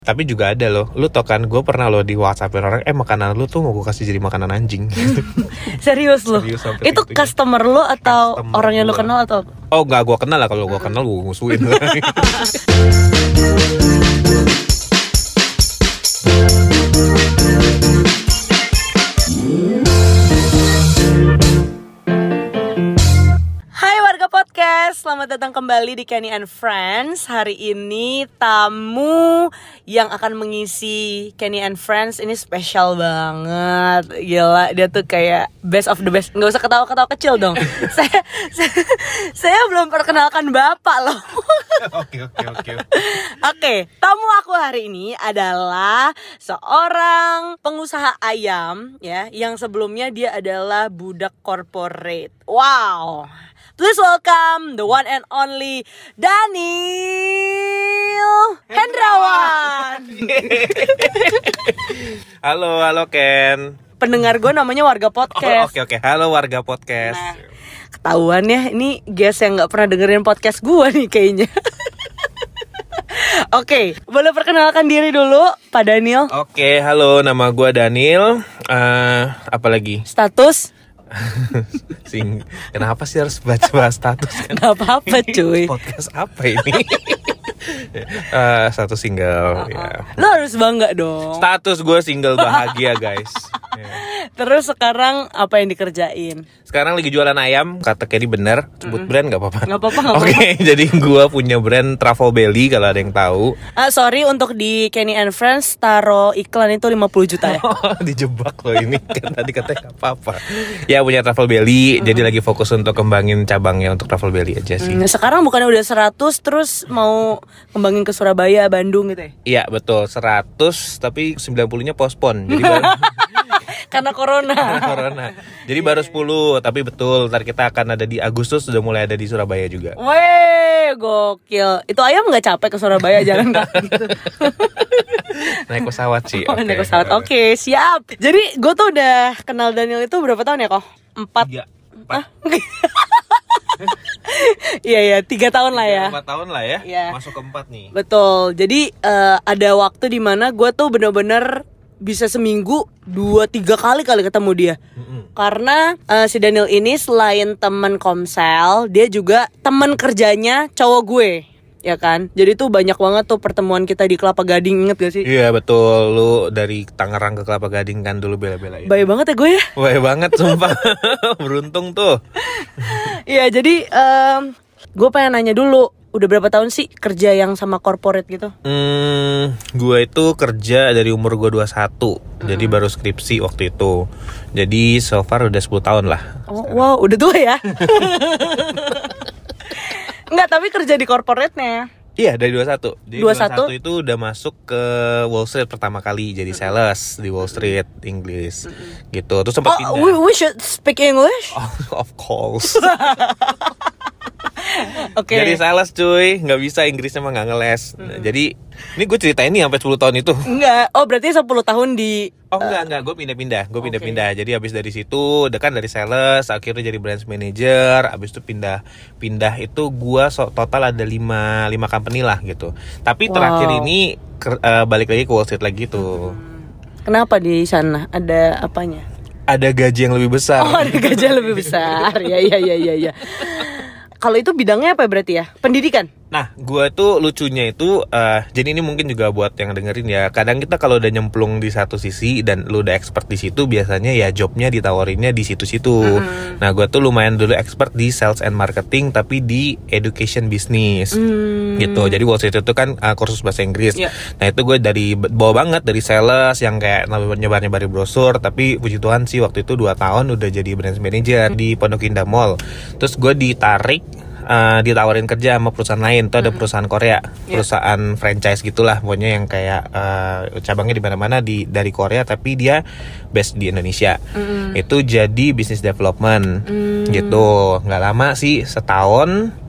Tapi juga ada loh, lu tau kan, gue pernah loh di WhatsAppin orang, makanan lu tuh mau gue kasih jadi makanan anjing. Serius lo? Itu customer lo atau customer orang yang lo kenal atau? Oh enggak, gue kenal lah. Kalau gue kenal gue musuhin. Selamat datang kembali di Kenny and Friends. Hari ini tamu yang akan mengisi Kenny and Friends ini spesial banget. Gila, dia tuh kayak best of the best. Nggak usah ketawa-ketawa kecil dong. saya belum perkenalkan bapak loh. Oke, tamu aku hari ini adalah seorang pengusaha ayam ya, yang sebelumnya dia adalah budak corporate. Wow. Please welcome the one and only Daniel Hendrawan. Halo Ken. Pendengar gue namanya warga podcast. Oke. Halo warga podcast. Nah, ketahuan ya, ini guys yang nggak pernah dengerin podcast gue nih kayaknya. Oke, boleh perkenalkan diri dulu, Pak Daniel? Oke, halo, nama gue Daniel. Apa lagi? Status? Kenapa sih harus baca status kan? Gak apa-apa cuy. Podcast apa ini? Status single ya. Lo harus bangga dong. Status gue single bahagia guys. Terus sekarang apa yang dikerjain? Sekarang lagi jualan ayam. Kata Kenny bener. Sebut brand gak apa-apa? Gak apa-apa. Oke, jadi gue punya brand Truffle Belly kalau ada yang tahu. Sorry, untuk di Kenny and Friends taruh iklan itu 50 juta ya. Dijebak loh ini. Kan tadi katanya gak apa-apa. Ya punya Truffle Belly. Jadi lagi fokus untuk kembangin cabangnya untuk Truffle Belly aja sih. Sekarang bukannya udah 100 terus mau kembangin ke Surabaya, Bandung gitu ya? Iya betul, 100 tapi 90-nya postpone. Jadi baru karena corona. Jadi baru 10, tapi betul ntar kita akan ada di Agustus, sudah mulai ada di Surabaya juga. Weh, gokil. Itu ayam nggak capek ke Surabaya jalan kaki gitu? Naik pesawat sih. Naik pesawat. Oke, siap. Jadi gue tuh udah kenal Daniel itu berapa tahun ya kok? 4. Iya 3 tahun lah ya. 4 tahun lah ya. Iya. Masuk ke 4 nih. Betul. Jadi ada waktu di mana gue tuh bener-bener bisa seminggu 2-3 kali ketemu dia. Karena si Daniel ini selain teman Komsel, dia juga teman kerjanya cowok gue. Ya kan, jadi tuh banyak banget tuh pertemuan kita di Kelapa Gading, inget gak sih? Iya betul, lu dari Tangerang ke Kelapa Gading kan dulu bela-belain. Baik banget ya gue ya. Baik banget sumpah. Beruntung tuh. Iya jadi gue pengen nanya dulu, udah berapa tahun sih kerja yang sama corporate gitu? Gue itu kerja dari umur gue 21. Jadi baru skripsi waktu itu. Jadi so far udah 10 tahun lah. Oh wow, udah tua ya. Enggak, tapi kerja di corporate-nya. Iya, dari 21. Jadi 21 itu udah masuk ke Wall Street pertama kali jadi sales di Wall Street English. Gitu. Terus sempat pindah. We should speak English? Of course. Oke. Jadi sales cuy, nggak bisa Inggrisnya mah nggak ngeles. Jadi ini gue ceritain nih sampai 10 tahun itu. Enggak, berarti 10 tahun di. Enggak, gue pindah-pindah. Jadi habis dari situ, kan dari sales, akhirnya jadi branch manager. Habis itu pindah itu gue total ada 5 company lah gitu. Tapi terakhir ini balik lagi ke Wall Street lagi tuh. Kenapa di sana? Ada apanya? Ada gaji yang lebih besar. Oh, ada gaji yang lebih besar. Iya. Kalau itu bidangnya apa berarti ya? Pendidikan? Nah, gue tuh lucunya itu, jadi ini mungkin juga buat yang dengerin ya. Kadang kita kalau udah nyemplung di satu sisi dan lu udah expert di situ, biasanya ya jobnya ditawarinnya di situ-situ. Nah, gue tuh lumayan dulu expert di sales and marketing, tapi di education business, gitu. Jadi Wall Street itu kan kursus bahasa Inggris. Yeah. Nah, itu gue bawa banget dari sales yang kayak nyebar-nyebarin brosur, tapi puji Tuhan sih waktu itu 2 tahun udah jadi branch manager di Pondok Indah Mall. Terus gue ditawarin kerja sama perusahaan lain. Itu ada perusahaan Korea, perusahaan franchise gitulah, pokoknya yang kayak cabangnya di mana-mana dari Korea tapi dia based di Indonesia. Itu jadi business development gitu. Nggak lama sih, setahun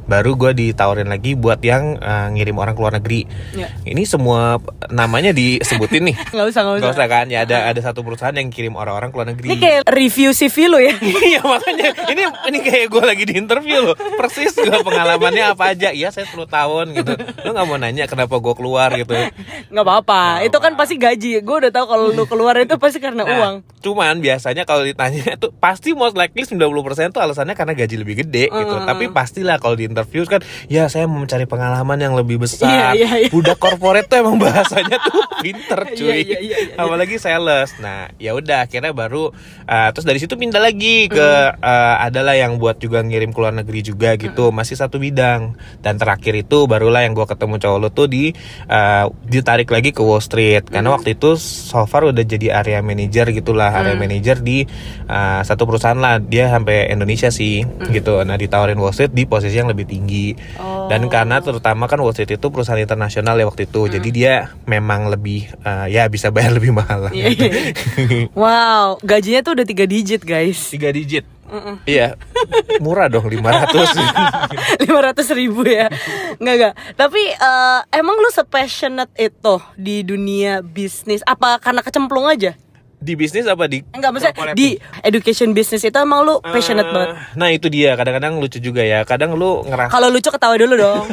baru gue ditawarin lagi buat yang ngirim orang ke luar negeri. Ini semua namanya disebutin nih. Nggak usah kan? Ya ada satu perusahaan yang kirim orang-orang ke luar negeri. Ini kayak review CV lo ya. Iya makanya ini kayak gue lagi di interview loh. Persis gue pengalamannya apa aja. Iya saya 10 tahun gitu. Lo nggak mau nanya kenapa gue keluar gitu? Nggak apa-apa. Itu kan pasti gaji. Gue udah tahu kalau lu keluar itu pasti karena uang. Cuman biasanya kalau ditanya tuh pasti most likely 90% tuh alasannya karena gaji lebih gede gitu. Tapi pastilah kalau di interview kan, ya saya mau mencari pengalaman yang lebih besar. Budak korporat tuh emang bahasanya tuh pinter cuy. Apalagi sales. Nah ya udah akhirnya baru terus dari situ pindah lagi ke adalah yang buat juga ngirim ke luar negeri juga gitu. Masih satu bidang. Dan terakhir itu barulah yang gue ketemu cowok lo tuh ditarik lagi ke Wall Street. Karena waktu itu so far udah jadi area manager gitulah. Area manager di satu perusahaan lah. Dia sampai Indonesia sih gitu. Nah ditawarin Wall Street di posisi yang lebih tinggi. Dan karena terutama kan Wall Street itu perusahaan internasional ya waktu itu. Jadi dia memang lebih ya bisa bayar lebih mahal lah gitu. Wow, gajinya tuh udah 3 digit guys. 3 digit. Iya, murah dong 500 ribu ya. Enggak. Tapi emang lu se-passionate itu di dunia bisnis? Apa karena kecemplung aja? Di bisnis apa di? Enggak, maksudnya di education business itu emang lu passionate banget? Nah itu dia, kadang-kadang lucu juga ya. Kadang lu ngerasa. Kalau lucu ketawa dulu dong.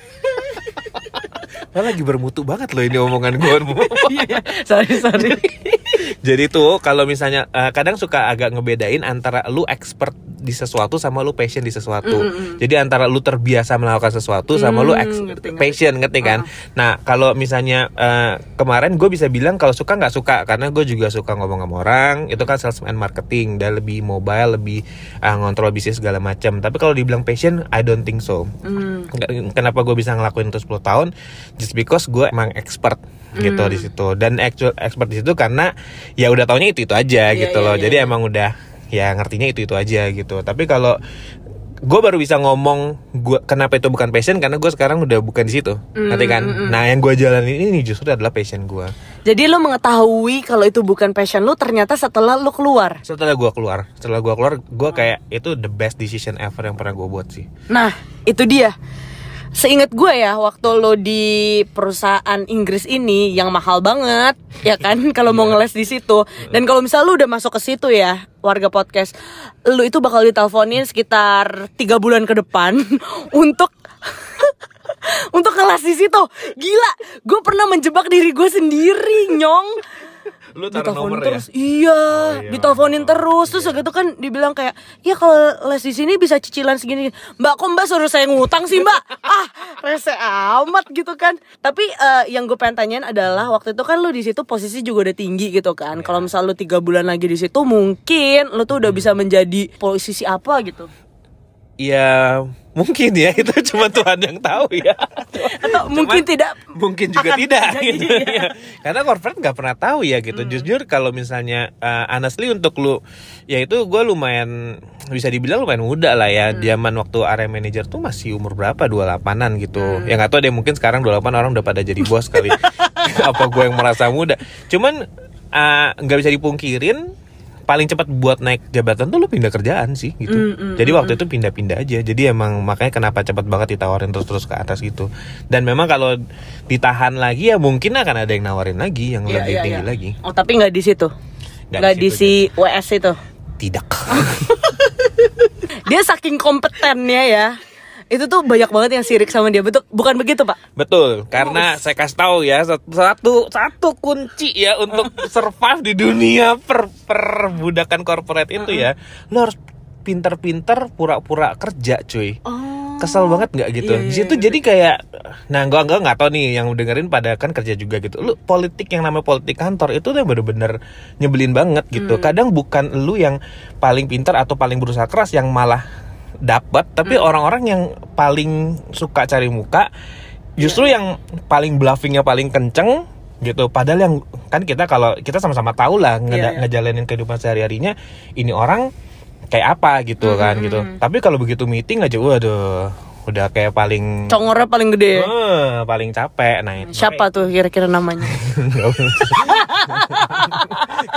Lagi bermutu banget loh ini omongan gue. Sorry. Jadi tuh kalau misalnya kadang suka agak ngebedain antara lu expert di sesuatu sama lu passion di sesuatu. Jadi antara lu terbiasa melakukan sesuatu sama lu passion, ngerti kan? Nah kalau misalnya kemarin gue bisa bilang kalau suka nggak suka karena gue juga suka ngomong sama orang. Itu kan sales and marketing dan lebih mobile, lebih ngontrol bisnis segala macam. Tapi kalau dibilang passion, I don't think so. Kenapa gue bisa ngelakuin itu 10 tahun? Just because gue emang expert gitu di situ. Dan actual expert di situ karena ya udah taunya itu aja gitu loh. Jadi emang udah ya ngertinya itu aja gitu. Tapi kalau gue baru bisa ngomong gue kenapa itu bukan passion karena gue sekarang udah bukan di situ, ngerti kan? Nah yang gue jalanin ini justru adalah passion gue. Jadi lo mengetahui kalau itu bukan passion lo ternyata setelah lo keluar. Setelah gue keluar, gue kayak itu the best decision ever yang pernah gue buat sih. Nah itu dia. Seingat gue ya waktu lo di perusahaan Inggris ini yang mahal banget ya kan kalau mau ngeles di situ. Dan kalau misal lo udah masuk ke situ ya warga podcast, lo itu bakal diteleponin sekitar 3 bulan ke depan untuk untuk ngeles di situ. Gila, gue pernah menjebak diri gue sendiri, Nyong. Lu taruh nomor terus, ya? Iya, diteleponin terus. Terus gitu kan dibilang kayak, ya kalau les di sini bisa cicilan segini. Mbak, kok mbak suruh saya ngutang sih mbak? Rese amat gitu kan. Tapi yang gue pengen tanyain adalah waktu itu kan lu di situ posisi juga udah tinggi gitu kan. Kalau misal lu 3 bulan lagi di situ, mungkin lu tuh udah bisa menjadi posisi apa gitu. Ya mungkin ya, itu cuma Tuhan yang tahu ya. Atau mungkin tidak. Mungkin juga tidak gitu ya. Karena corporate nggak pernah tahu ya gitu. Jujur kalau misalnya honestly untuk lu, ya itu gue lumayan bisa dibilang lumayan muda lah ya. Zaman waktu area manager tuh masih umur berapa, 28an gitu. Ya nggak tahu deh, mungkin sekarang 28 orang udah pada jadi bos kali. Apa gue yang merasa muda? Cuman nggak bisa dipungkirin paling cepat buat naik jabatan tuh lu pindah kerjaan sih gitu. Jadi waktu itu pindah-pindah aja. Jadi emang makanya kenapa cepat banget ditawarin terus-terus ke atas gitu. Dan memang kalau ditahan lagi ya mungkin akan ada yang nawarin lagi yang lebih tinggi lagi. Oh tapi nggak di situ? Nggak di si WS itu? Tidak. Dia saking kompetennya ya. Itu tuh banyak banget yang sirik sama dia. Betul, bukan begitu pak? Betul, karena saya kasih tahu ya satu kunci ya untuk survive di dunia perbudakan corporate itu ya, lo harus pinter-pinter pura-pura kerja cuy. Kesel banget nggak gitu? Di situ jadi kayak, nah gue nggak tahu nih yang dengerin pada kan kerja juga gitu. Lu politik yang namanya politik kantor itu tuh yang bener-bener nyebelin banget gitu. Kadang bukan lu yang paling pinter atau paling berusaha keras yang malah dapat, tapi orang-orang yang paling suka cari muka justru yang paling bluffingnya paling kenceng gitu. Padahal yang kan kalau kita sama-sama tahu lah ngejalanin kehidupan sehari-harinya ini orang kayak apa gitu kan gitu. Tapi kalau begitu meeting aja waduh udah kayak paling congornya paling gede, paling capek. Nah itu siapa tuh kira-kira namanya?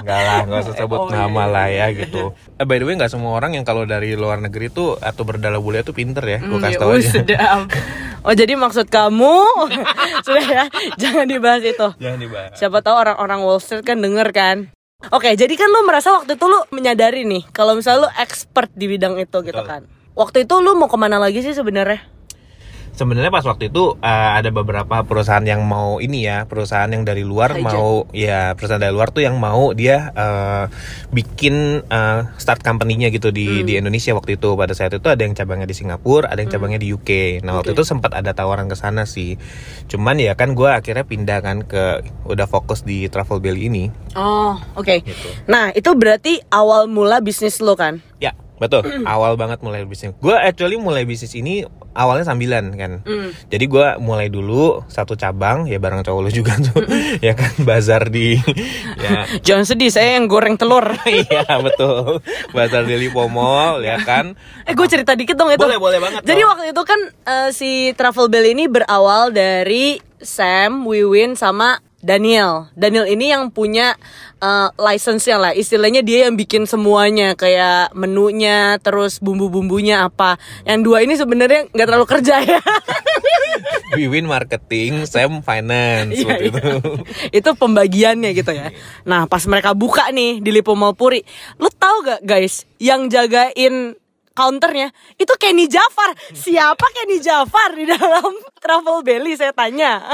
Enggak lah, nggak usah sebut nama lah ya gitu. By the way, nggak semua orang yang kalau dari luar negeri tuh atau berdala bule tuh pinter ya. Gue kasih tau aja. Sedap. Oh jadi maksud kamu sudah ya, jangan dibahas itu. Jangan dibahas. Siapa tahu orang-orang Wall Street kan denger kan. Oke, jadi kan lu merasa waktu itu lu menyadari nih kalau misalnya lu expert di bidang itu gitu kan. Waktu itu lu mau kemana lagi sih sebenarnya? Sebenarnya pas waktu itu ada beberapa perusahaan yang mau ini ya, perusahaan yang dari luar mau ya, perusahaan dari luar tuh yang mau dia bikin start company-nya gitu di Indonesia waktu itu. Pada saat itu ada yang cabangnya di Singapura, ada yang cabangnya di UK. Nah, waktu itu sempat ada tawaran ke sana sih. Cuman ya kan gue akhirnya pindah kan ke udah fokus di Travel Belly ini. Oh, oke. Gitu. Nah, itu berarti awal mula bisnis lo kan? Ya, betul. Awal banget mulai bisnis. Gue actually mulai bisnis ini awalnya sambilan kan. Jadi gue mulai dulu satu cabang ya bareng cowok lu juga tuh. Ya kan bazar di ya. Jangan sedih, saya yang goreng telur. Iya, betul. Bazar di Lipo Mall ya kan. Gue cerita dikit dong itu. Boleh banget. Jadi waktu itu kan si Travel Belly ini berawal dari Sam, Wiwin sama Daniel. Daniel ini yang punya license-nya lah. Istilahnya dia yang bikin semuanya, kayak menunya, terus bumbu-bumbunya apa. Yang dua ini sebenarnya nggak terlalu kerja ya. Wiwin marketing, Sam finance seperti itu. Itu pembagiannya gitu ya. Nah, pas mereka buka nih di Lipo Mall Puri, lu tahu gak guys, yang jagain counternya itu Kenny Jafar. Siapa Kenny Jafar di dalam Travel Belly, saya tanya.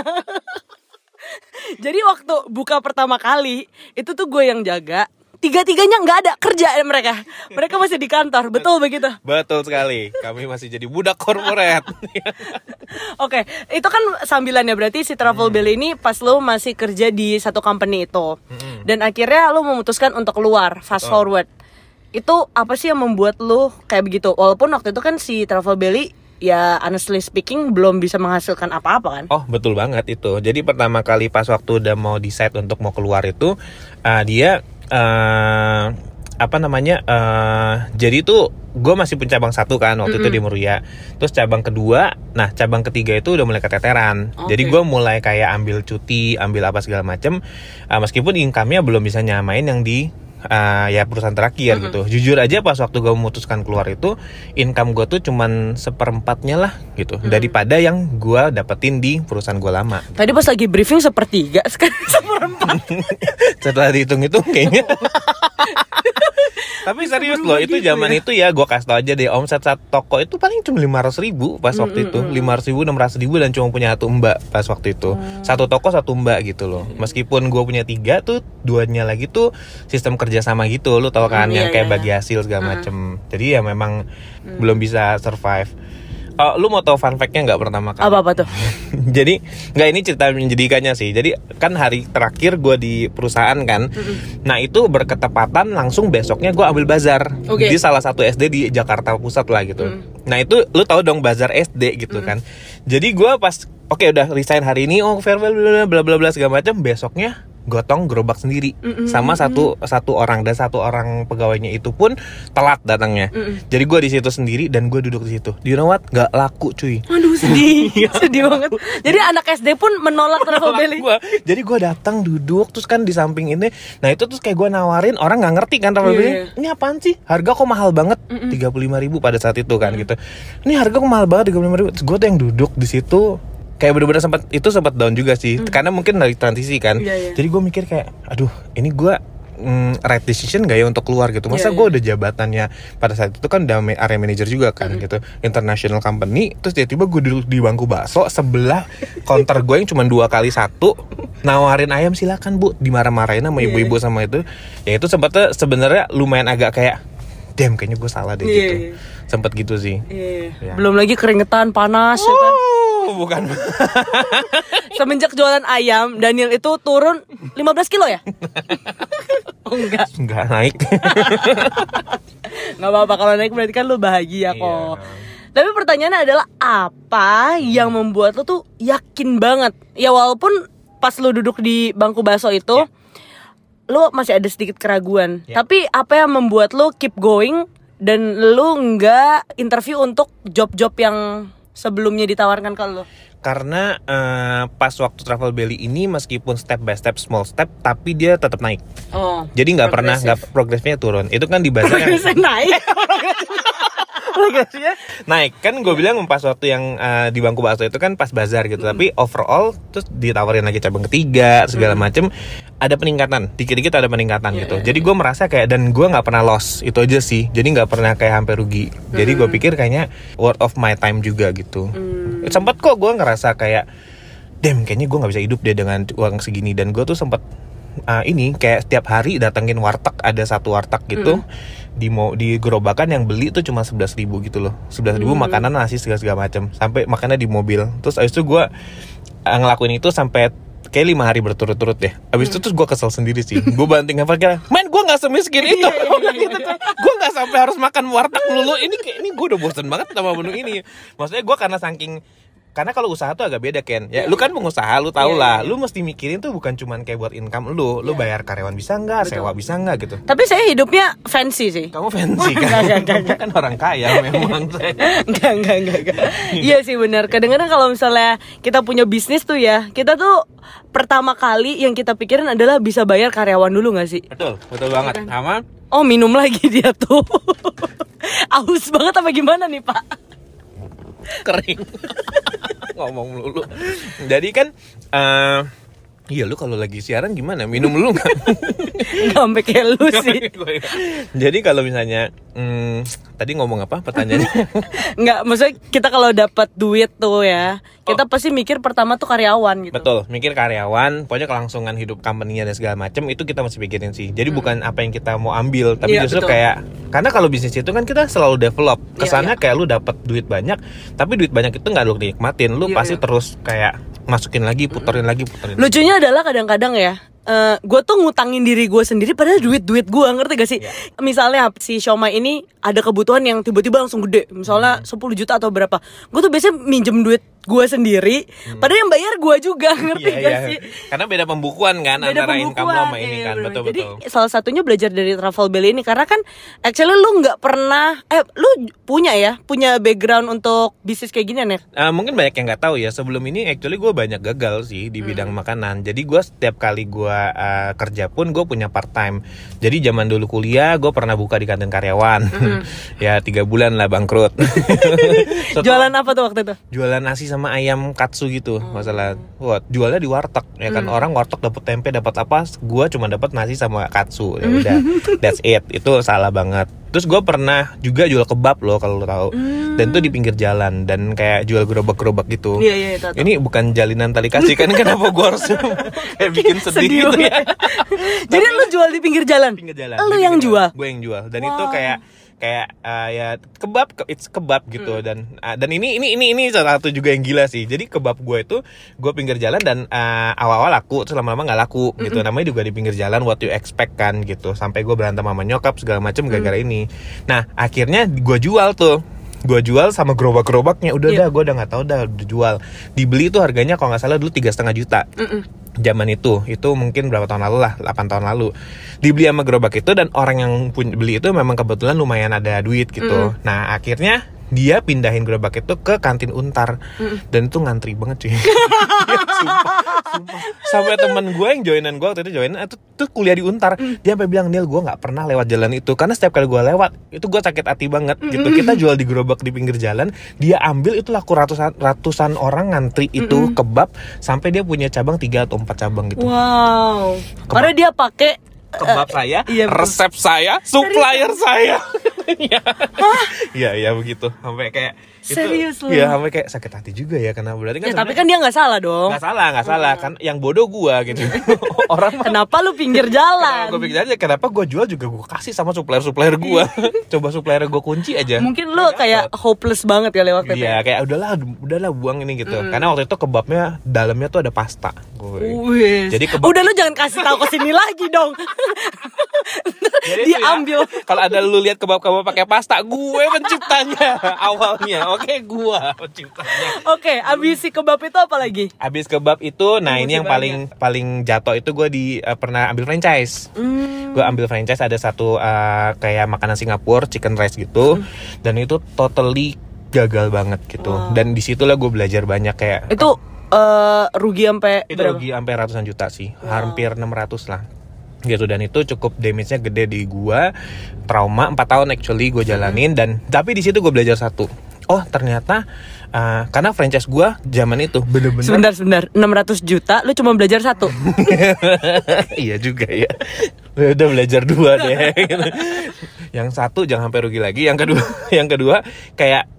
Jadi waktu buka pertama kali itu tuh gue yang jaga. Tiga-tiganya nggak ada kerja mereka. Mereka masih di kantor, betul begitu? Betul sekali. Kami masih jadi budak korporat. Oke, itu kan sambilannya berarti si Travel Belly ini pas lo masih kerja di satu company itu. Dan akhirnya lo memutuskan untuk keluar, fast forward. Itu apa sih yang membuat lo kayak begitu? Walaupun waktu itu kan si Travel Belly ya honestly speaking belum bisa menghasilkan apa-apa kan? Oh betul banget itu. Jadi pertama kali pas waktu udah mau decide untuk mau keluar itu dia jadi tuh gue masih punya cabang satu kan waktu itu di Meruya. Terus cabang kedua, nah cabang ketiga itu udah mulai keteteran. Jadi gue mulai kayak ambil cuti, ambil apa segala macem. Meskipun income-nya belum bisa nyamain yang di ya perusahaan terakhir gitu. Jujur aja pas waktu gue memutuskan keluar itu income gue tuh cuman 1/4-nya lah gitu daripada yang gue dapetin di perusahaan gue lama. Tadi pas lagi briefing 1/3, sekarang 1/4. Setelah dihitung-hitung kayaknya. Tapi serius loh, itu zaman itu ya gue kasih tau aja deh, omset satu toko itu paling cuma 500.000 pas waktu itu, 500.000, 600.000 dan cuma punya satu mbak pas waktu itu. Satu toko satu mbak gitu loh. Meskipun gue punya 3 tuh, 2-nya lagi tuh sistem kerjasama gitu, lu tau kan yang kayak bagi hasil segala macem. Jadi ya memang belum bisa survive. Lu mau tau fun fact-nya nggak pertama kali? Apa tuh? Jadi nggak, ini cerita menjadikannya sih. Jadi kan hari terakhir gue di perusahaan kan, nah itu berketepatan langsung besoknya gue ambil bazar di salah satu SD di Jakarta Pusat lah gitu. Nah itu lu tahu dong bazar SD gitu kan. Jadi gue pas udah resign hari ini, farewell bla bla bla segala macam, besoknya gotong gerobak sendiri sama satu orang, dan satu orang pegawainya itu pun telat datangnya. Jadi gue di situ sendiri dan gue duduk di situ. You know what? Gak laku cuy. Aduh sedih, sedih banget. Jadi anak SD pun menolak Travel Belly. Jadi gue datang duduk terus kan di samping ini. Nah itu terus kayak gue nawarin, orang nggak ngerti kan Travel Belly. Ini apaan sih? Harga kok mahal banget? 35.000 pada saat itu kan gitu. Ini harga kok mahal banget 35.000. Gue tuh yang duduk di situ. Kayak bener-bener sempat down juga sih, karena mungkin dari transisi kan. Jadi gue mikir kayak, aduh, ini gue right decision gak ya untuk keluar gitu. Masa gue udah jabatannya pada saat itu kan udah area manager juga kan gitu, international company. Terus tiba-tiba gue duduk di bangku bakso sebelah counter gue yang cuma 2x1, nawarin ayam silakan bu, dimarah-marahin sama ibu-ibu sama itu. Ya itu sempatnya sebenarnya lumayan agak kayak, damn kayaknya gue salah deh gitu. Sempet gitu sih. Ya. Belum lagi keringetan, panas ya kan. Bukan. Semenjak jualan ayam, Daniel itu turun 15 kilo ya? Enggak naik. Gak apa-apa, kalau naik berarti kan lu bahagia kok. Tapi pertanyaannya adalah, apa yang membuat lu tuh yakin banget? Ya walaupun pas lu duduk di bangku bakso itu lu masih ada sedikit keraguan, tapi apa yang membuat lu keep going dan lu nggak interview untuk job-job yang sebelumnya ditawarkan ke lo? Karena pas waktu Travel Belly ini meskipun step by step, small step, tapi dia tetap naik. Oh. Jadi nggak pernah progresnya turun. Itu kan di bazar yang Progresnya naik. Progresnya naik kan gue bilang pas waktu yang di bangku bakso itu kan pas bazar gitu. Tapi overall terus ditawarin lagi cabang ketiga segala macem, ada peningkatan, dikit-dikit ada peningkatan gitu. Jadi gue merasa kayak, dan gue nggak pernah loss, itu aja sih. Jadi nggak pernah kayak hampir rugi. Jadi gue pikir kayaknya worth of my time juga gitu. Sempet kok gue ngerasa kayak, damn kayaknya gue nggak bisa hidup deh dengan uang segini. Dan gue tuh sempet ini kayak setiap hari datengin warteg, ada satu warteg gitu di gerobakan yang beli tuh cuma 11.000 gitu loh. 11.000 makanan, nasi segala macam, sampai makannya di mobil. Terus abis itu gue ngelakuin itu sampai kayak 5 hari berturut-turut deh. Abis itu terus gue kesel sendiri sih. Gue banting apa kira, man gue nggak semiskin itu. Gitu kan. Gue nggak sampai harus makan warteg melulu. Ini gue udah bosen banget sama menu ini. Maksudnya gue karena kalau usaha tuh agak beda Ken. Ya lu kan pengusaha, lu tau lah. Lu mesti mikirin tuh bukan cuman kayak buat income lu bayar karyawan bisa nggak, sewa bisa nggak gitu. Tapi saya hidupnya fancy sih. Kamu fancy kan? Kamu kan orang kaya memang. Enggak. Iya sih benar. Kadang-kadang kalau misalnya kita punya bisnis tuh ya, kita tuh pertama kali yang kita pikirin adalah bisa bayar karyawan dulu nggak sih? Betul banget. Sama. Oh minum lagi dia tuh. Aus banget apa gimana nih Pak? Kering. Ngomong melulu. Jadi kan iya lu kalau lagi siaran gimana? Minum lu nggak? Nggak sampai kayak lu sih. Jadi kalau misalnya tadi ngomong apa pertanyaannya? Nggak, maksudnya kita kalau dapat duit tuh ya, kita pasti mikir pertama tuh karyawan gitu. Betul, mikir karyawan, pokoknya kelangsungan hidup company-nya dan segala macam itu kita mesti pikirin sih. Jadi bukan apa yang kita mau ambil, tapi justru betul. kayak, karena kalau bisnis itu kan kita selalu develop. Kesannya kayak lu dapat duit banyak, tapi duit banyak itu nggak lu nikmatin, lu pasti terus kayak masukin lagi, puterin lagi. Lucunya adalah kadang-kadang ya, gue tuh ngutangin diri gue sendiri padahal duit gue, ngerti gak sih? Misalnya si Shoma ini ada kebutuhan yang tiba-tiba langsung gede, misalnya 10 juta atau berapa, gue tuh biasanya minjem duit gue sendiri, padahal yang bayar gue juga, ngerti gak sih? Karena beda pembukuan kan, antara income lo sama ini kan, betul. Jadi salah satunya belajar dari Travel Belly ini, karena kan actually lu nggak pernah, lu punya background untuk bisnis kayak gini nih? Mungkin banyak yang nggak tahu ya, sebelum ini actually gue banyak gagal sih di bidang makanan. Jadi gue setiap kali gue kerja pun gue punya part time. Jadi zaman dulu kuliah gue pernah buka di kantin karyawan. Ya 3 bulan lah bangkrut. Jualan apa tuh waktu itu? Jualan nasi sama ayam katsu gitu. Masalah jualnya di warteg ya kan, orang warteg dapat tempe dapat apa, gue cuma dapat nasi sama katsu. Ya udah, that's it. Itu salah banget. Terus gue pernah juga jual kebab loh kalau lo tahu. Dan itu di pinggir jalan dan kayak jual gerobak-gerobak gitu. Iya, tahu. Ini bukan jalinan tali kasih kan, kenapa gue harus kayak bikin sedih gitu ya. Jadi lu jual di pinggir jalan? Pinggir jalan. Lu yang jual? Gue yang jual. Dan itu kayak ya kebab gitu. Dan ini salah satu juga yang gila sih. Jadi kebab gue itu gue pinggir jalan dan awal-awal laku, terus lama-lama nggak laku gitu. Namanya juga di pinggir jalan, what you expect kan gitu. Sampai gue berantem sama nyokap segala macem gara-gara ini. Nah akhirnya gue jual tuh. Gue jual sama gerobak-gerobaknya. Gue udah nggak tahu udah jual. Dibeli tuh harganya kalau nggak salah dulu 3,5 juta. Zaman itu mungkin berapa tahun lalu lah, 8 tahun lalu. Dibeli sama gerobak itu, dan orang yang beli itu memang kebetulan lumayan ada duit gitu. Nah akhirnya dia pindahin gerobak itu ke kantin Untar. Dan itu ngantri banget cuy. Sumpah. Sampai teman gue yang joinan gue waktu itu tuh kuliah di Untar. Dia sampai bilang, Nil gue gak pernah lewat jalan itu, karena setiap kali gue lewat itu gue sakit hati banget gitu. Kita jual di gerobak di pinggir jalan, dia ambil itu laku ratusan orang ngantri itu kebab, sampai dia punya cabang 3 atau 4 cabang gitu. Wow. Karena dia pakai kebab saya, resep saya, supplier saya. Iya begitu. Sampai kayak serius itu, ya sampai kayak sakit hati juga ya, karena berarti kan. Ya, tapi kan dia nggak salah dong. Nggak salah kan, yang bodoh gua gitu. Orang kenapa lu pinggir jalan? Gue pikir aja kenapa gue jual juga gue kasih sama supplier gua. Coba supplier gue kunci aja. Mungkin lu kayak hopeless banget kali waktu itu. Iya kayak udahlah buang ini gitu. Karena waktu itu kebabnya dalamnya tuh ada pasta. Jadi udah lu jangan kasih tahu ke sini lagi dong. Diambil. Kalau ada lu lihat kebab-kebab pakai pasta, gue penciptanya awalnya. Oke, gue penciptanya. Oke, abis si kebab itu apa lagi? Abis kebab itu, nah ini yang paling jatuh itu gue pernah ambil franchise. Gue ambil franchise, ada satu kayak makanan Singapura, chicken rice gitu. Dan itu totally gagal banget gitu. Dan disitulah gue belajar banyak kayak Itu rugi sampai itu berapa? rugi sampai ratusan juta sih, hampir 600 lah gitu. Dan itu cukup damage-nya gede di gua, trauma 4 tahun actually gue jalanin. Dan tapi di situ gue belajar satu, oh ternyata karena franchise gua zaman itu bener-bener Sebentar 600 juta lu cuma belajar satu. iya juga ya, udah belajar 2 deh gitu. Yang satu jangan sampai rugi lagi, yang kedua kayak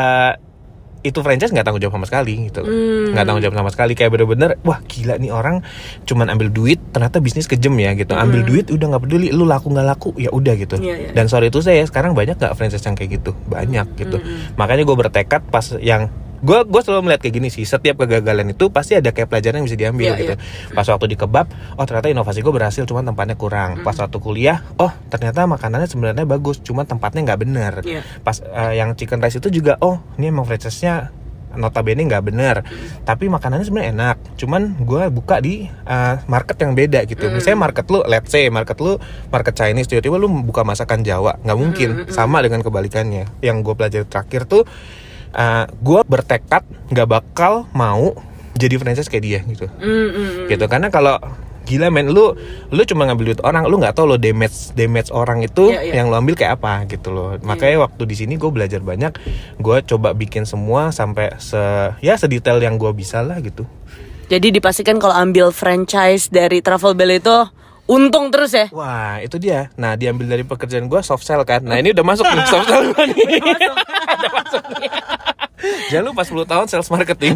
itu franchise nggak tanggung jawab sama sekali gitu, nggak tanggung jawab sama sekali, kayak bener-bener wah gila nih orang cuman ambil duit, ternyata bisnis kejem ya gitu, ambil duit udah nggak peduli lu laku nggak laku ya udah gitu. Dan sorry itu saya sekarang banyak nggak franchise yang kayak gitu, banyak gitu. Makanya gue bertekad pas yang gue selalu melihat kayak gini sih, setiap kegagalan itu pasti ada kayak pelajaran yang bisa diambil gitu. Pas waktu di kebab, oh ternyata inovasi gue berhasil, cuman tempatnya kurang. Pas waktu kuliah, oh ternyata makanannya sebenarnya bagus, cuman tempatnya nggak bener. Pas yang chicken rice itu juga, oh ini emang franchise-nya notabene nggak bener, tapi makanannya sebenarnya enak, cuman gue buka di market yang beda gitu. Misalnya market lu, let's say market lu market Chinese, tiba-tiba lu buka masakan Jawa, nggak mungkin. Sama dengan kebalikannya. Yang gue pelajari terakhir tuh, gue bertekad nggak bakal mau jadi franchise kayak dia gitu. Gitu, karena kalau gila men, lu cuma ngambil duit orang, lu nggak tahu lo damage orang itu yang lo ambil kayak apa gitu loh. Makanya waktu di sini gue belajar banyak, gue coba bikin semua sampai sedetail yang gue bisa lah gitu. Jadi dipastikan kalau ambil franchise dari Travel Belly itu untung terus ya. Wah itu dia. Nah diambil dari pekerjaan gue soft sell kan. Nah ini udah masuk nih soft sell gue nih. Udah masuk nih. Jangan lupa 10 tahun sales marketing.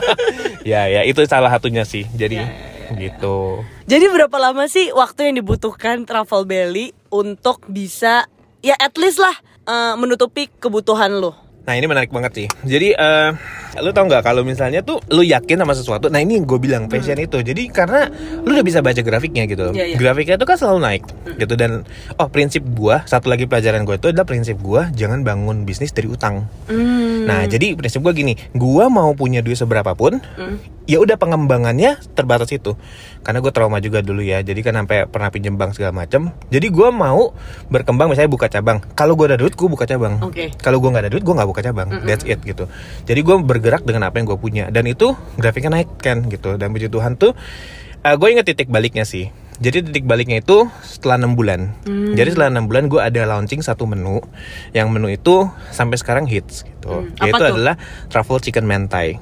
ya itu salah satunya sih. Jadi gitu. Jadi berapa lama sih waktu yang dibutuhkan Travel Belly untuk bisa ya at least lah menutupi kebutuhan lo? Nah ini menarik banget sih. Jadi lu tau nggak kalau misalnya tuh lu yakin sama sesuatu, nah ini gue bilang passion itu. Jadi karena lu udah bisa baca grafiknya gitu. Grafiknya itu kan selalu naik gitu. Dan prinsip gue, satu lagi pelajaran gue itu adalah prinsip gue jangan bangun bisnis dari utang. Nah jadi prinsip gue gini, gue mau punya duit seberapapun, ya udah pengembangannya terbatas itu. Karena gue trauma juga dulu ya, jadi kan sampai pernah pinjem bank segala macam. Jadi gue mau berkembang, misalnya buka cabang. Kalau gue ada duit gue buka cabang. Kalau gue nggak ada duit gue nggak buka cabang. That's it gitu. Jadi gue bergerak dengan apa yang gue punya, dan itu grafiknya naik kan gitu. Dan puji Tuhan tuh gue inget titik baliknya sih. Jadi titik baliknya itu setelah 6 bulan. Jadi setelah 6 bulan gue ada launching satu menu. Yang menu itu sampai sekarang hits gitu. Yaitu adalah Truffle Chicken Mentai.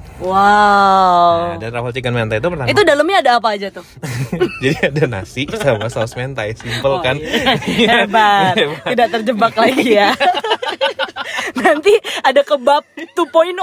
Wow. Nah, dan Truffle Chicken Mentai itu pertama. Itu dalamnya ada apa aja tuh? Jadi ada nasi sama saus mentai. Simple kan? Hebat. Tidak terjebak lagi ya. Nanti ada kebab 2.0.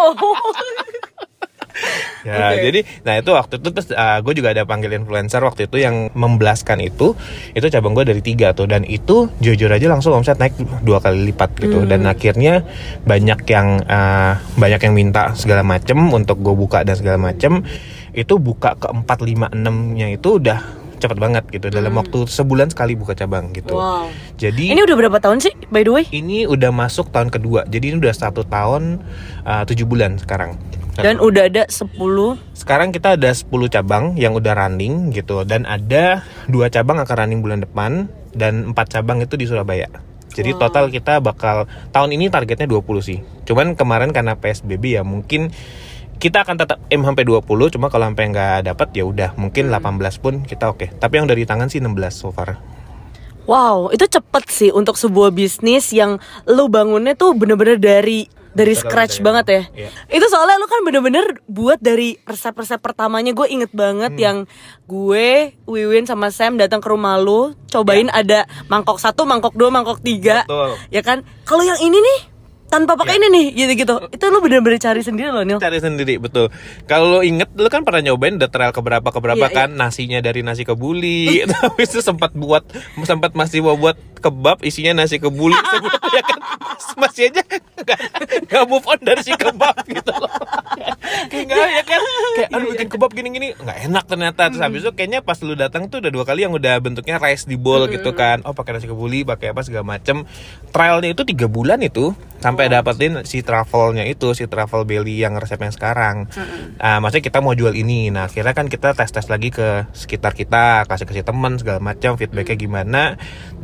Ya, jadi nah itu waktu itu terus gue juga ada panggil influencer waktu itu yang membelaskan itu cabang gue dari 3 tuh, dan itu jujur aja langsung omset naik 2 kali lipat gitu. Dan akhirnya banyak yang minta segala macem untuk gue buka dan segala macem. Itu buka ke 4, 5, 6-nya itu udah cepet banget gitu, dalam waktu sebulan sekali buka cabang gitu. Jadi ini udah berapa tahun sih by the way? Ini udah masuk tahun kedua, jadi ini udah 1 tahun 7 bulan sekarang. Dan udah ada 10. Sekarang kita ada 10 cabang yang udah running gitu. Dan ada 2 cabang akan running bulan depan. Dan 4 cabang itu di Surabaya. Jadi total kita bakal, tahun ini targetnya 20 sih. Cuman kemarin karena PSBB ya mungkin kita akan tetap aim sampai 20. Cuma kalau sampai nggak dapat ya udah mungkin 18 pun kita oke. Tapi yang dari tangan sih 16 so far. Wow, itu cepet sih untuk sebuah bisnis yang lu bangunnya tuh bener-bener dari scratch banget ya. Itu soalnya lu kan bener-bener buat dari resep-resep pertamanya. Gue inget banget yang gue, Wiwin sama Sam datang ke rumah lu, cobain ada mangkok 1, mangkok 2, mangkok 3. Ya kan? Kalau yang ini nih tanpa pakai ini nih gitu-gitu. Itu lu bener-bener cari sendiri loh, Nil. Cari sendiri, betul. Kalau lo inget, lu kan pernah nyobain udah trial keberapa kan. Nasinya dari nasi kebuli. Tapi itu sempat masih mau buat kebab isinya nasi kebuli. Ya kan masih aja gak move on dari si kebab gitu loh. Kayak gak ya kan, kayak aduh bikin kebab gini-gini gak enak ternyata. Terus habis itu kayaknya pas lu datang tuh udah 2 kali yang udah bentuknya rice di bowl gitu kan. Oh pakai nasi kebuli, pakai apa segala macem. Trialnya itu 3 bulan itu sampai dapetin si truffle-nya itu, si Truffle Belly yang resep yang sekarang. Maksudnya kita mau jual ini. Nah akhirnya kan kita tes lagi ke sekitar kita, kasih teman segala macam, feedbacknya gimana. Dan ya itu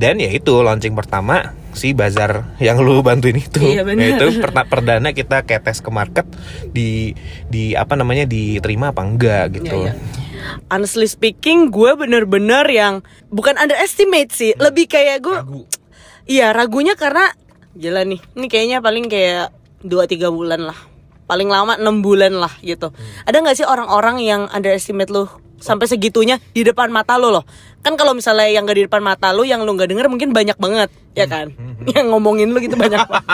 itu launching pertama si bazar yang lu bantuin itu. Iya, bener. Itu perdana kita kayak tes ke market di apa namanya diterima apa enggak gitu. Iya. Honestly speaking, gue bener-bener yang bukan underestimate sih, lebih kayak gue Ragu. Iya, ragunya karena gila nih. Ini kayaknya paling kayak 2-3 bulan lah. Paling lama 6 bulan lah gitu. Ada gak sih orang-orang yang underestimate lu sampai segitunya di depan mata lu loh? Kan kalau misalnya yang gak di depan mata lu, yang lu gak denger mungkin banyak banget, ya kan? Yang ngomongin lu gitu banyak banget.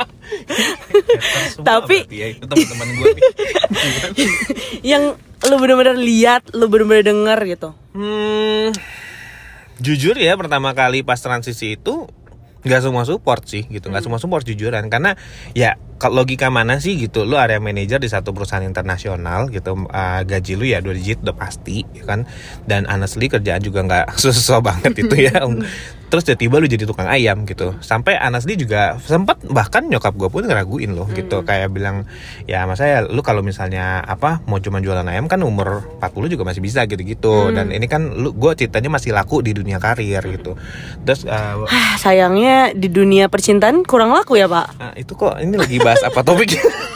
Tapi ya, itu teman-teman gue nih. yang lu bener-bener lihat, lu bener-bener denger gitu. Jujur ya, pertama kali pas transisi itu nggak semua support sih gitu, nggak semua support jujuran, karena ya kalau logika mana sih gitu, lu area manager di satu perusahaan internasional gitu, gaji lu ya 2 digit udah pasti ya kan, dan honestly kerjaan juga nggak susah banget itu ya. Terus tiba-tiba lu jadi tukang ayam gitu, sampai honestly juga sempat bahkan nyokap gue pun ngeraguin loh gitu, kayak bilang ya masa ya lu kalau misalnya apa mau cuma jualan ayam kan umur 40 juga masih bisa gitu-gitu, dan ini kan gue ceritanya masih laku di dunia karir gitu. Terus Sayangnya di dunia percintaan kurang laku ya Pak. itu kok ini lagi bahas apa topiknya?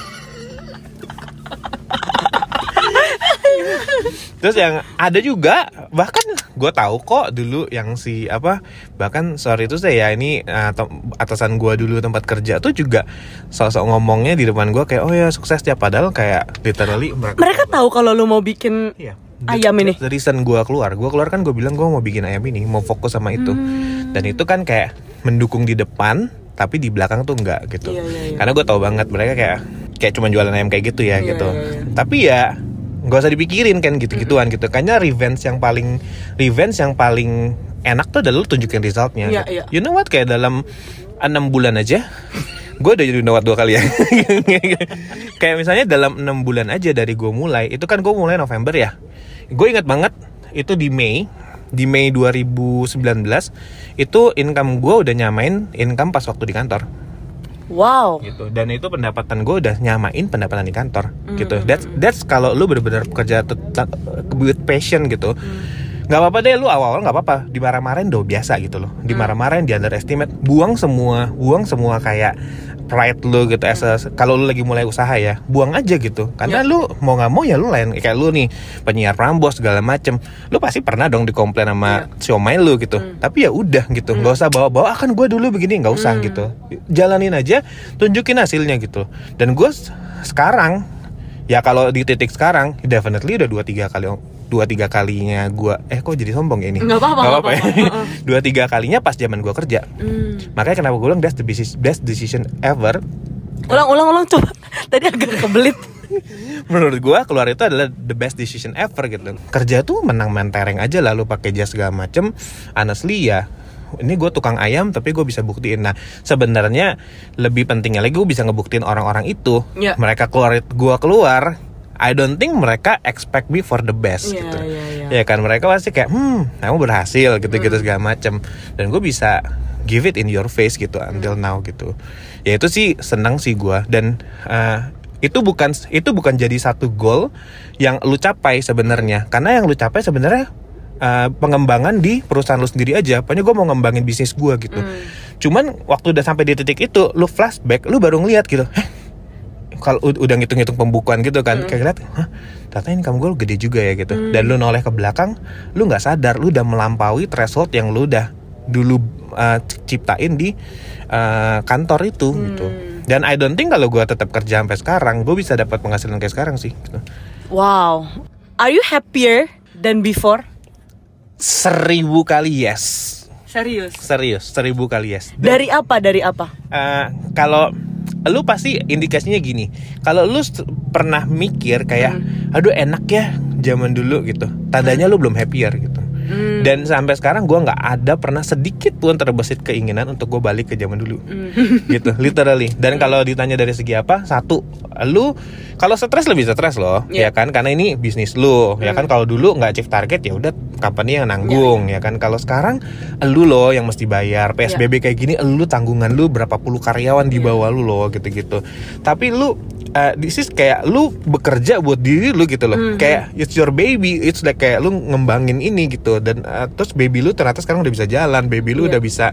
Terus yang ada juga, bahkan gue tahu kok dulu yang si apa, bahkan sorry itu saya ini atasan gue dulu tempat kerja tuh juga sosok ngomongnya di depan gue kayak oh ya sukses ya, padahal kayak literally Mereka tahu kalau lu mau bikin ayam ini. The reason gue keluar kan gue bilang gue mau bikin ayam ini, mau fokus sama itu. Dan itu kan kayak mendukung di depan tapi di belakang tuh enggak gitu. Iya. Karena gue tahu banget mereka kayak cuma jualan ayam kayak gitu ya gitu. Tapi ya nggak usah dipikirin kan gitu-gituan gitu. Kayaknya revenge yang paling enak tuh adalah lu tunjukin resultnya. Iya, gitu. iya. You know what, kayak dalam 6 bulan aja gue udah jadi nawat 2 kali ya. Kayak misalnya dalam 6 bulan aja dari gue mulai, itu kan gue mulai November ya. Gue ingat banget itu di Mei 2019 itu income gue udah nyamain income pas waktu di kantor. Wow. Gitu. Dan itu pendapatan gue udah nyamain pendapatan di kantor gitu. That's kalau lu bener-bener kerja with passion gitu. Nggak apa-apa deh lu awal-awal nggak apa-apa dimarah-marahin do biasa gitu loh. Dimarah-marahin, di underestimate, buang semua kayak pride lu gitu. Kalau lu lagi mulai usaha ya, buang aja gitu. Karena lu mau nggak mau ya lu lain, kayak lu nih penyiar Prambors segala macem, lu pasti pernah dong dikomplain sama siomay lu gitu. Tapi ya udah gitu, nggak usah bawa-bawa akan gue dulu begini, nggak usah gitu. Jalanin aja, tunjukin hasilnya gitu. Dan gue sekarang ya kalau di titik sekarang definitely udah 2-3 kalinya gue kok jadi sombong ya ini? Nggak apa-apa ya. 2-3 kalinya pas zaman gue kerja. Makanya kenapa gue bilang best decision ever. Ulang coba. Tadi agak kebelit. Menurut gue keluar itu adalah the best decision ever gitu. Kerja tuh menang mentereng aja, lalu pakai jas segala macem. Honestly ya, ini gue tukang ayam tapi gue bisa buktiin. Nah sebenarnya lebih pentingnya lagi gue bisa ngebuktiin orang-orang itu. Mereka keluar I don't think mereka expect me for the best gitu. Ya kan mereka pasti kayak kamu berhasil gitu-gitu segala macam, dan gue bisa give it in your face gitu until now gitu. Ya itu sih senang sih gue, dan itu bukan jadi satu goal yang lu capai sebenarnya, karena yang lu capai sebenarnya pengembangan di perusahaan lu sendiri aja. Pokoknya gue mau ngembangin bisnis gue gitu. Cuman waktu udah sampai di titik itu, lu flashback, lu baru ngeliat gitu, kalau udah ngitung-ngitung pembukuan gitu kan, kayak lihat, ternyata income gue gede juga ya gitu. Dan lu noleh ke belakang, lu nggak sadar lu udah melampaui threshold yang lu udah dulu ciptain di kantor itu gitu. Dan I don't think kalau gue tetap kerja sampai sekarang, gue bisa dapat penghasilan kayak sekarang sih gitu. Wow. Are you happier than before? 1000 kali yes. Serius 1000 kali yes. Dari apa? Kalau lu pasti indikasinya gini, kalau lu pernah mikir kayak aduh enak ya zaman dulu gitu, tandanya lu belum happier gitu. Dan sampai sekarang gue nggak ada pernah sedikit pun terbesit keinginan untuk gue balik ke zaman dulu gitu, literally. Dan kalau ditanya dari segi apa, satu, lu kalau stres lebih stres loh, ya kan, karena ini bisnis lu, ya kan. Kalau dulu nggak achieve target ya udah company yang nanggung, ya kan. Kalau sekarang lu loh yang mesti bayar PSBB kayak gini, lu tanggungan lu berapa puluh karyawan di bawah lu loh gitu-gitu. Tapi lu this is kayak lu bekerja buat diri lu gitu loh. Kayak it's your baby, it's like kayak lu ngembangin ini gitu. Dan terus baby lu ternyata sekarang udah bisa jalan, baby lu udah bisa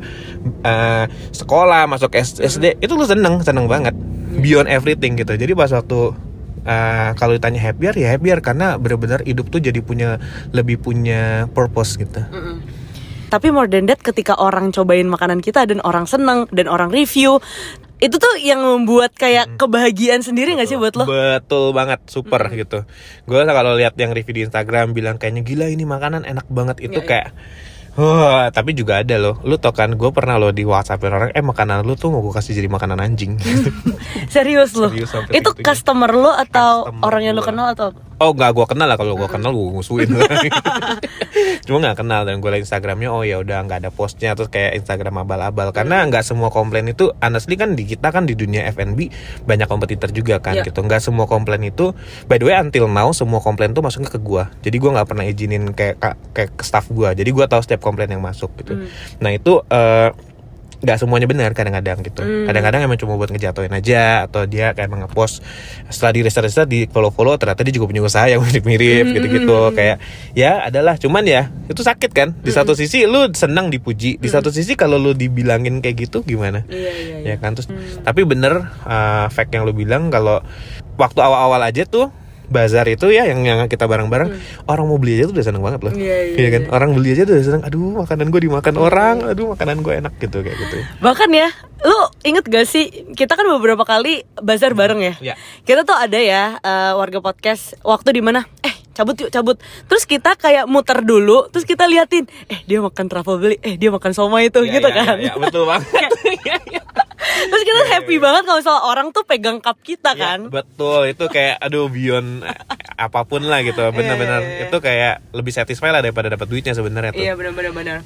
sekolah, masuk SD. Itu lu seneng banget. Beyond everything gitu. Jadi pas waktu kalau ditanya happier ya happier karena benar-benar hidup tuh jadi lebih punya purpose gitu. Tapi more than that, ketika orang cobain makanan kita dan orang seneng dan orang review, itu tuh yang membuat kayak kebahagiaan sendiri nggak sih buat lo? Betul banget, super gitu. Gue kalau lihat yang review di Instagram bilang kayaknya gila ini makanan enak banget itu kayak. Tapi juga ada loh. Lu tau kan gue pernah lo di WhatsAppin orang makanan lu tuh mau gue kasih jadi makanan anjing. Serius lo? Itu customer lo atau orang yang lo kenal atau? Oh nggak, gue kenal lah. Kalau gue kenal gue musuhin lah. Cuma nggak kenal dan gue liat Instagramnya, oh ya udah nggak ada postnya terus kayak Instagram abal-abal. Karena nggak semua komplain itu, honestly kan di kita kan di dunia F&B banyak kompetitor juga kan gitu. Nggak semua komplain itu, by the way until now semua komplain tuh masuknya ke gue. Jadi gue nggak pernah izinin kayak ke staff gue. Jadi gue tahu setiap komplain yang masuk gitu. Nah itu nggak semuanya benar kadang-kadang gitu. Kadang-kadang emang cuma buat ngejatuhin aja atau dia kayak nge-post setelah di research di follow ternyata dia juga punya usaha yang mirip-mirip gitu-gitu. Kayak ya adalah cuman ya itu sakit kan. Di satu sisi lu senang dipuji, di satu sisi kalau lu dibilangin kayak gitu gimana? Ya kan terus tapi bener fact yang lu bilang kalau waktu awal-awal aja tuh bazar itu ya yang kita bareng-bareng orang mau beli aja tuh udah seneng banget loh. Iya kan? Orang beli aja tuh udah seneng. Aduh makanan gue dimakan orang. Aduh makanan gue enak gitu kayak gitu. Bahkan ya, lu inget gak sih kita kan beberapa kali bazar bareng ya. Kita tuh ada ya warga podcast waktu di mana cabut. Terus kita kayak muter dulu, terus kita liatin, dia makan truffle beli, dia makan somai itu gitu kan. Iya, betul banget. Terus kita happy banget kalau misalnya orang tuh pegang cup kita kan. Betul, itu kayak aduh beyond apapun lah gitu. Benar-benar itu kayak lebih satisfy lah daripada dapat duitnya sebenarnya tuh. Iya benar.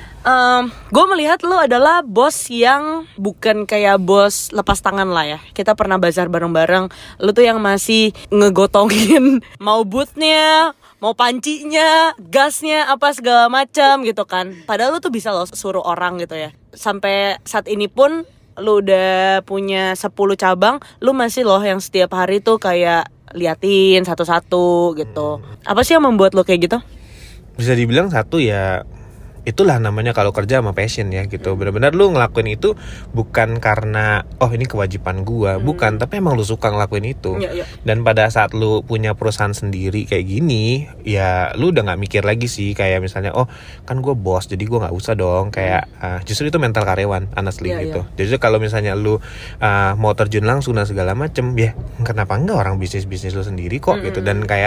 Gue melihat lo adalah bos yang bukan kayak bos lepas tangan lah ya. Kita pernah bazar bareng-bareng. Lo tuh yang masih ngegotongin mau boothnya, mau pancinya, gasnya, apa segala macam gitu kan. Padahal lo tuh bisa lo suruh orang gitu ya. Sampai saat ini pun lo udah punya 10 cabang, lo masih loh yang setiap hari tuh kayak liatin satu-satu gitu. Apa sih yang membuat lo kayak gitu? Bisa dibilang satu ya, itulah namanya kalau kerja sama passion ya gitu. Benar-benar lu ngelakuin itu bukan karena ini kewajiban gua, bukan, tapi emang lu suka ngelakuin itu. Dan pada saat lu punya perusahaan sendiri kayak gini, ya lu udah nggak mikir lagi sih kayak misalnya kan gua bos jadi gua nggak usah dong kayak justru itu mental karyawan honestly gitu. Jadi kalau misalnya lu mau terjun langsung dan segala macem ya kenapa enggak orang bisnis lu sendiri kok gitu. Dan kayak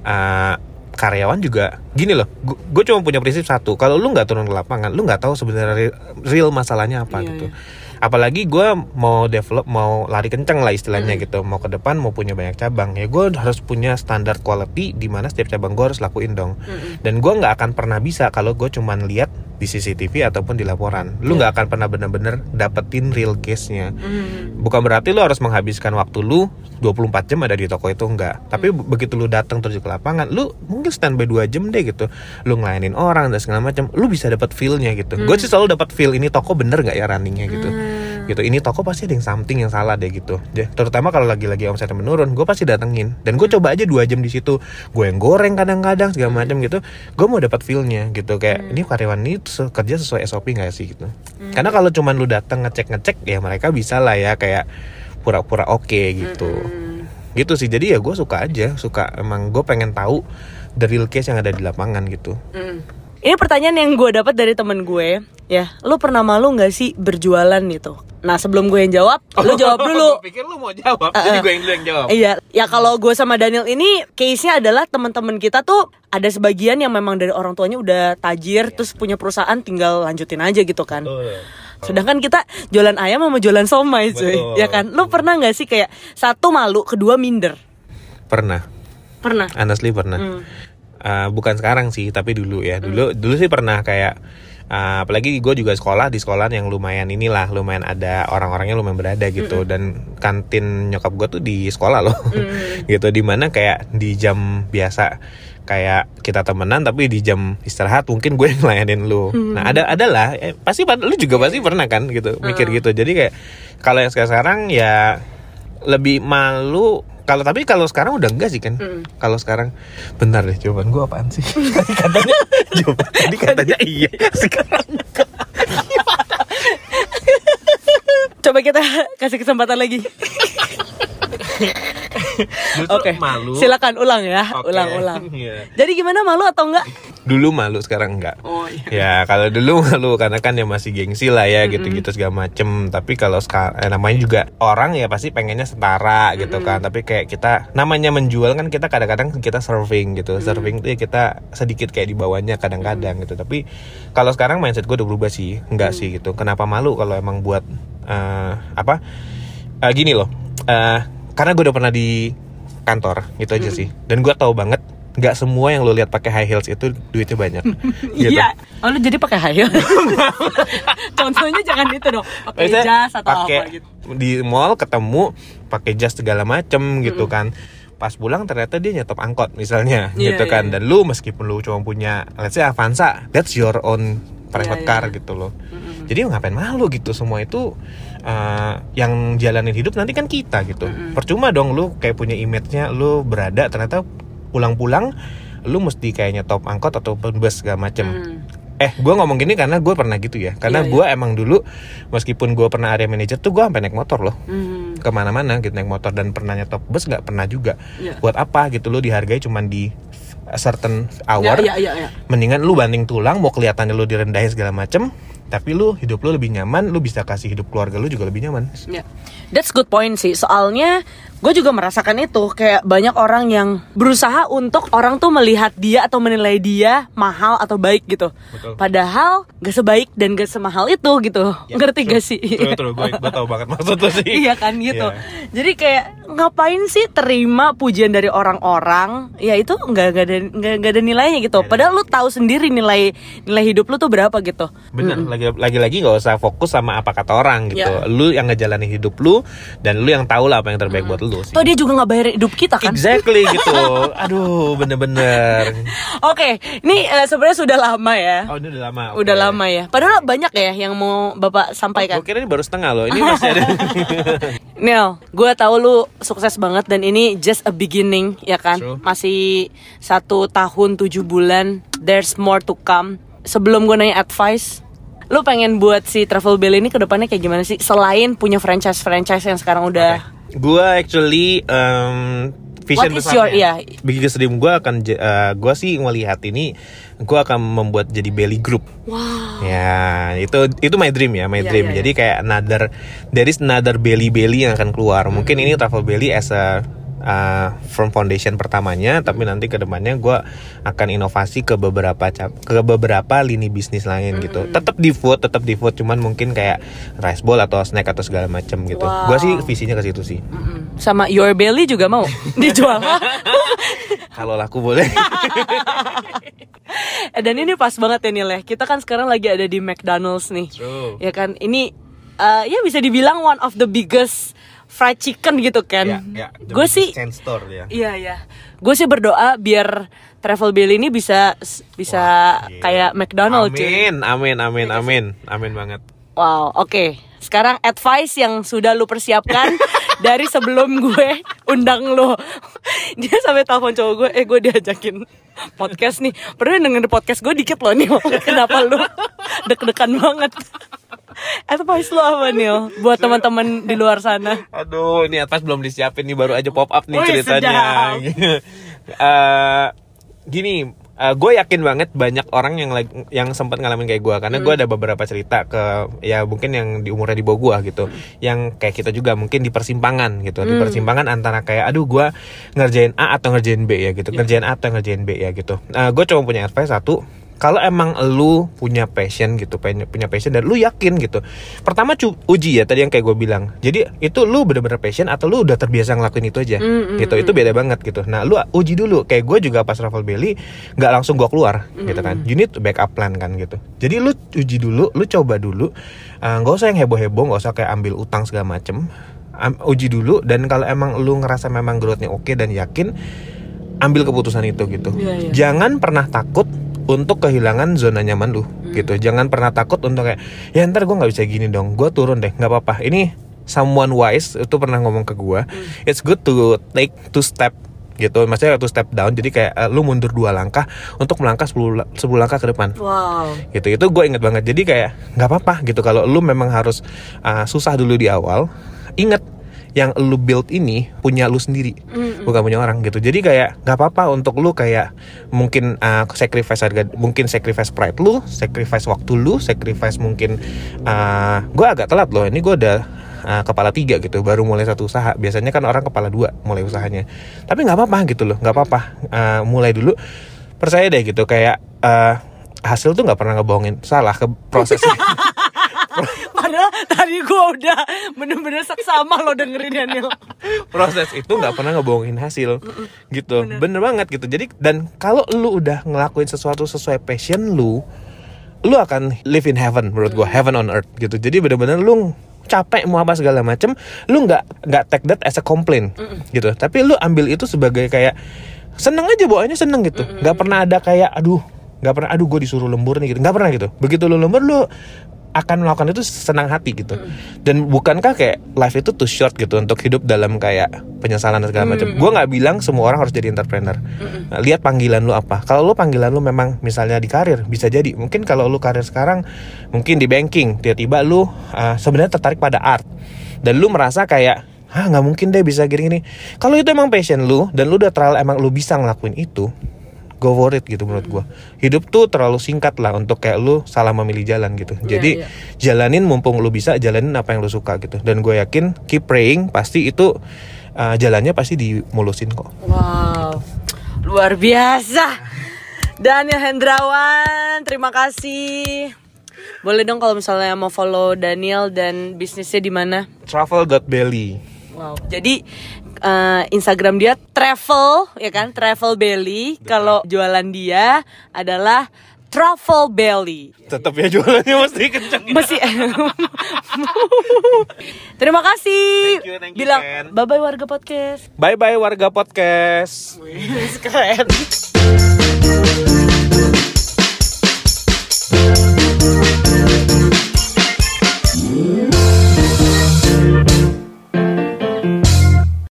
karyawan juga gini loh, gue cuma punya prinsip satu, kalau lu nggak turun ke lapangan lu nggak tahu sebenarnya real masalahnya apa gitu. Apalagi gue mau develop, mau lari kenceng lah istilahnya gitu, mau ke depan, mau punya banyak cabang, ya gue harus punya standar quality di mana setiap cabang gue harus lakuin dong. Dan gue nggak akan pernah bisa kalau gue cuman lihat di CCTV ataupun di laporan. Lu nggak akan pernah benar-benar dapetin real case-nya. Bukan berarti lu harus menghabiskan waktu lu 24 jam ada di toko itu, enggak. Tapi begitu lu datang terus ke lapangan, lu mungkin standby 2 jam deh gitu. Lu ngelayanin orang dan segala macam, lu bisa dapat feel-nya gitu. Gue sih selalu dapat feel ini toko bener nggak ya runningnya gitu. Gitu, ini toko pasti ada yang something yang salah deh gitu. Terutama kalau lagi-lagi omsetnya menurun, gue pasti datengin. Dan gue coba aja 2 jam di situ. Gue yang goreng kadang-kadang segala macam gitu. Gue mau dapat feel-nya gitu. Kayak ini karyawan ini kerja sesuai SOP nggak sih gitu. Karena kalau cuman lu datang ngecek ya mereka bisa lah ya kayak pura-pura oke gitu. Gitu sih. Jadi ya gue suka aja, emang gue pengen tahu the real case yang ada di lapangan gitu. Ini pertanyaan yang gue dapat dari temen gue, ya, lu pernah malu nggak sih berjualan gitu? Nah sebelum gue yang jawab, lu jawab dulu. Gue pikir lu mau jawab, jadi gue yang jawab. Iya, ya kalau gue sama Daniel ini case-nya adalah teman-teman kita tuh ada sebagian yang memang dari orang tuanya udah tajir, terus punya perusahaan tinggal lanjutin aja gitu kan. Sedangkan kita jualan ayam sama jualan somai cuy, ya kan? Lu pernah nggak sih kayak satu malu, kedua minder? Pernah. Honestly pernah. Bukan sekarang sih, tapi dulu ya. Dulu sih pernah kayak apalagi gue juga sekolah di sekolahan yang lumayan ada orang-orangnya lumayan berada gitu. Dan kantin nyokap gue tuh di sekolah loh. Gitu, dimana kayak di jam biasa kayak kita temenan, tapi di jam istirahat mungkin gue yang ngelayanin lu. Nah adalah pasti lu juga pasti pernah kan gitu mikir gitu. Jadi kayak kalau yang sekarang ya lebih malu. Kalau sekarang udah enggak sih kan. Kalau sekarang bentar deh, jawaban gue apaan sih? Tadi katanya iya, sekarang enggak. Coba kita kasih kesempatan lagi. Oke. Malu. Silakan ulang ya. Okay. Ulang. Yeah. Jadi gimana, malu atau enggak? Dulu malu, sekarang enggak. Oh iya. Ya kalau dulu malu karena kan ya masih gengsi lah ya, gitu-gitu segala macem. Tapi kalau sekarang namanya juga orang ya pasti pengennya setara gitu kan. Tapi kayak kita namanya menjual kan, kita kadang-kadang kita serving gitu. Serving tuh ya kita sedikit kayak di bawahnya kadang-kadang gitu. Tapi kalau sekarang mindset gue udah berubah sih. Enggak sih gitu. Kenapa malu kalau emang buat gini loh. Karena gue udah pernah di kantor gitu aja sih. Dan gue tahu banget nggak semua yang lo lihat pakai high heels itu duitnya banyak. Gitu. Iya. Oh, lu jadi pakai high heels? Contohnya jangan itu dong. Pakai jas atau apa gitu. Di mall ketemu pakai jas segala macem gitu kan. Pas pulang ternyata dia nyetop angkot misalnya gitu kan. Dan lu meskipun lu cuma punya let's say Avanza, that's your own private car gitu loh. Jadi ngapain malu gitu, semua itu yang jalanin hidup nanti kan kita gitu. Percuma dong lu kayak punya image-nya, lu berada ternyata pulang-pulang lu mesti kayak nyetop angkot atau bus segala macem. Gue ngomong gini karena gue pernah gitu ya. Karena gue emang dulu meskipun gue pernah area manager tuh gue sampai naik motor loh, kemana-mana gitu naik motor, dan pernah nyetop bus nggak pernah juga. Buat apa gitu, lu dihargai cuman di certain hour. Mendingan lu banting tulang, mau kelihatannya lu direndahin segala macem, tapi lu hidup lu lebih nyaman, lu bisa kasih hidup keluarga lu juga lebih nyaman. That's good point sih. Soalnya gue juga merasakan itu, kayak banyak orang yang berusaha untuk orang tuh melihat dia atau menilai dia mahal atau baik gitu. Betul. Padahal gak sebaik dan gak semahal itu gitu. Ngerti gak sih? Betul, gue tau banget maksud lu sih. Iya kan gitu. Jadi kayak ngapain sih terima pujian dari orang-orang? Ya itu nggak ada nilainya gitu. Padahal lu tahu sendiri nilai hidup lu tuh berapa gitu. Bener. Lagi-lagi nggak usah fokus sama apa kata orang gitu. Lu yang ngejalanin hidup lu, dan lu yang tahu lah apa yang terbaik buat lu sih. Toh dia juga nggak bayar hidup kita kan? Exactly gitu. Aduh, bener-bener. Oke, ini sebenarnya sudah lama ya. Oh, ini udah lama. Okay. Udah lama ya. Padahal banyak ya yang mau Bapak sampaikan. Gue kira ini baru setengah loh. Ini masih ada. Neil, gue tahu lu sukses banget dan ini just a beginning ya kan. True. Masih 1 tahun 7 bulan. There's more to come. Sebelum gue nanya advice, lu pengen buat si Travel Belly ini ke depannya kayak gimana sih? Selain punya franchise yang sekarang udah. Gue actually vision besarnya. Biggest dream gue akan gue sih ngelihat ini, gue akan membuat jadi belly group. Wow. Ya, itu my dream ya, dream. Jadi kayak there is another belly yang akan keluar. Mungkin ini Travel Belly as a from foundation pertamanya, tapi nanti kedepannya gue akan inovasi ke beberapa lini bisnis lain gitu. Tetap di food, cuman mungkin kayak rice bowl atau snack atau segala macam gitu. Wow. Gue sih visinya ke situ sih. Sama Your Belly juga mau dijual. Kalau laku boleh. Dan ini pas banget ya Nil ya. Kita kan sekarang lagi ada di McDonald's nih. True. Ya kan, ini ya bisa dibilang one of the biggest fried chicken gitu kan. Gue sih store ya. Iya. Gue sih berdoa biar Travel Belly ini bisa kayak McDonald's. Amin banget. Wow, oke. Sekarang advice yang sudah lu persiapkan dari sebelum gue undang lu. Dia sampai telepon cowok gue, gue diajakin podcast nih. Pernah denger podcast gue dikit loh nih. Kenapa lu deg-degan banget? Advice lo apa Nil buat teman-teman di luar sana? Aduh, ini advice belum disiapin nih, baru aja pop up nih ceritanya. Gini, gue yakin banget banyak orang yang sempat ngalamin kayak gue, karena gue ada beberapa cerita ke ya mungkin yang di umurnya di bawah gue gitu, yang kayak kita juga mungkin di persimpangan gitu, di persimpangan antara kayak aduh gue ngerjain A atau ngerjain B ya gitu, ngerjain A atau ngerjain B ya gitu. Gue cuma punya advice satu. Kalau emang lu punya passion gitu, punya passion dan lu yakin gitu, pertama uji ya tadi yang kayak gue bilang. Jadi itu lu bener-bener passion atau lu udah terbiasa ngelakuin itu aja gitu. Itu beda banget gitu. Nah lu uji dulu. Kayak gue juga pas Travel Belly nggak langsung gue keluar gitu kan. You need backup plan kan gitu. Jadi lu uji dulu, lu coba dulu. Nggak usah yang heboh-heboh, nggak usah kayak ambil utang segala macem. Uji dulu, dan kalau emang lu ngerasa memang growth-nya oke dan yakin, ambil keputusan itu gitu. Jangan pernah takut untuk kehilangan zona nyaman lu gitu. Jangan pernah takut untuk kayak ya ntar gue nggak bisa gini dong, gue turun deh, nggak apa-apa. Ini someone wise itu pernah ngomong ke gue, it's good to take 2 step gitu, maksudnya 2 step down, jadi kayak lu mundur 2 langkah untuk melangkah 10 langkah ke depan. Wow. Gitu, itu gue inget banget. Jadi kayak nggak apa-apa gitu kalau lu memang harus susah dulu di awal. Ingat, yang lu build ini punya lu sendiri, bukan punya orang gitu. Jadi kayak nggak apa-apa untuk lu kayak mungkin sacrifice harga, mungkin sacrifice pride lu, sacrifice waktu lu, sacrifice mungkin gue agak telat loh. Ini gue udah kepala 3 gitu, baru mulai satu usaha. Biasanya kan orang kepala 2 mulai usahanya. Tapi nggak apa-apa gitu loh, nggak apa-apa. Mulai dulu, percaya deh gitu, kayak hasil tuh nggak pernah ngebohongin, salah ke prosesnya. Padahal tadi gue udah bener-bener seksama lo dengerin Daniel. Proses itu nggak pernah ngebohongin hasil, gitu. Bener banget gitu. Jadi dan kalau lu udah ngelakuin sesuatu sesuai passion lu akan live in heaven menurut gue, heaven on earth gitu. Jadi bener-bener lu capek mau apa segala macem, lu nggak take that as a complaint gitu. Tapi lu ambil itu sebagai kayak seneng aja, bawaannya seneng gitu. Nggak pernah ada kayak aduh gue disuruh lembur nih gitu, nggak pernah gitu. Begitu lu lembur, lu akan melakukan itu senang hati gitu. Dan bukankah kayak life itu too short gitu untuk hidup dalam kayak penyesalan dan segala macam. Gue nggak bilang semua orang harus jadi entrepreneur. Nah, lihat panggilan lu apa. Kalau lu panggilan lu memang misalnya di karir, bisa jadi mungkin kalau lu karir sekarang mungkin di banking, tiba-tiba lu sebenarnya tertarik pada art dan lu merasa kayak nggak mungkin deh bisa gini-gini. Kalau itu emang passion lu dan lu udah terlalu emang lu bisa ngelakuin itu, go for it gitu menurut gue. Hidup tuh terlalu singkat lah untuk kayak lu salah memilih jalan gitu. Jadi jalanin mumpung lu bisa, jalanin apa yang lu suka gitu. Dan gue yakin keep praying, pasti itu jalannya pasti dimulusin kok. Wow, luar biasa. Daniel Hendrawan, terima kasih. Boleh dong kalau misalnya mau follow Daniel dan bisnisnya di mana? Travel.belly. Wow. Jadi Instagram dia travel, ya kan? Travel Belly. Kalau jualan dia adalah Truffle Belly. Tetap ya jualannya mesti kenceng. Mesti. Terima kasih. Thank you, bilang Ken. bye bye warga podcast. Bye bye warga podcast. Wih, keren.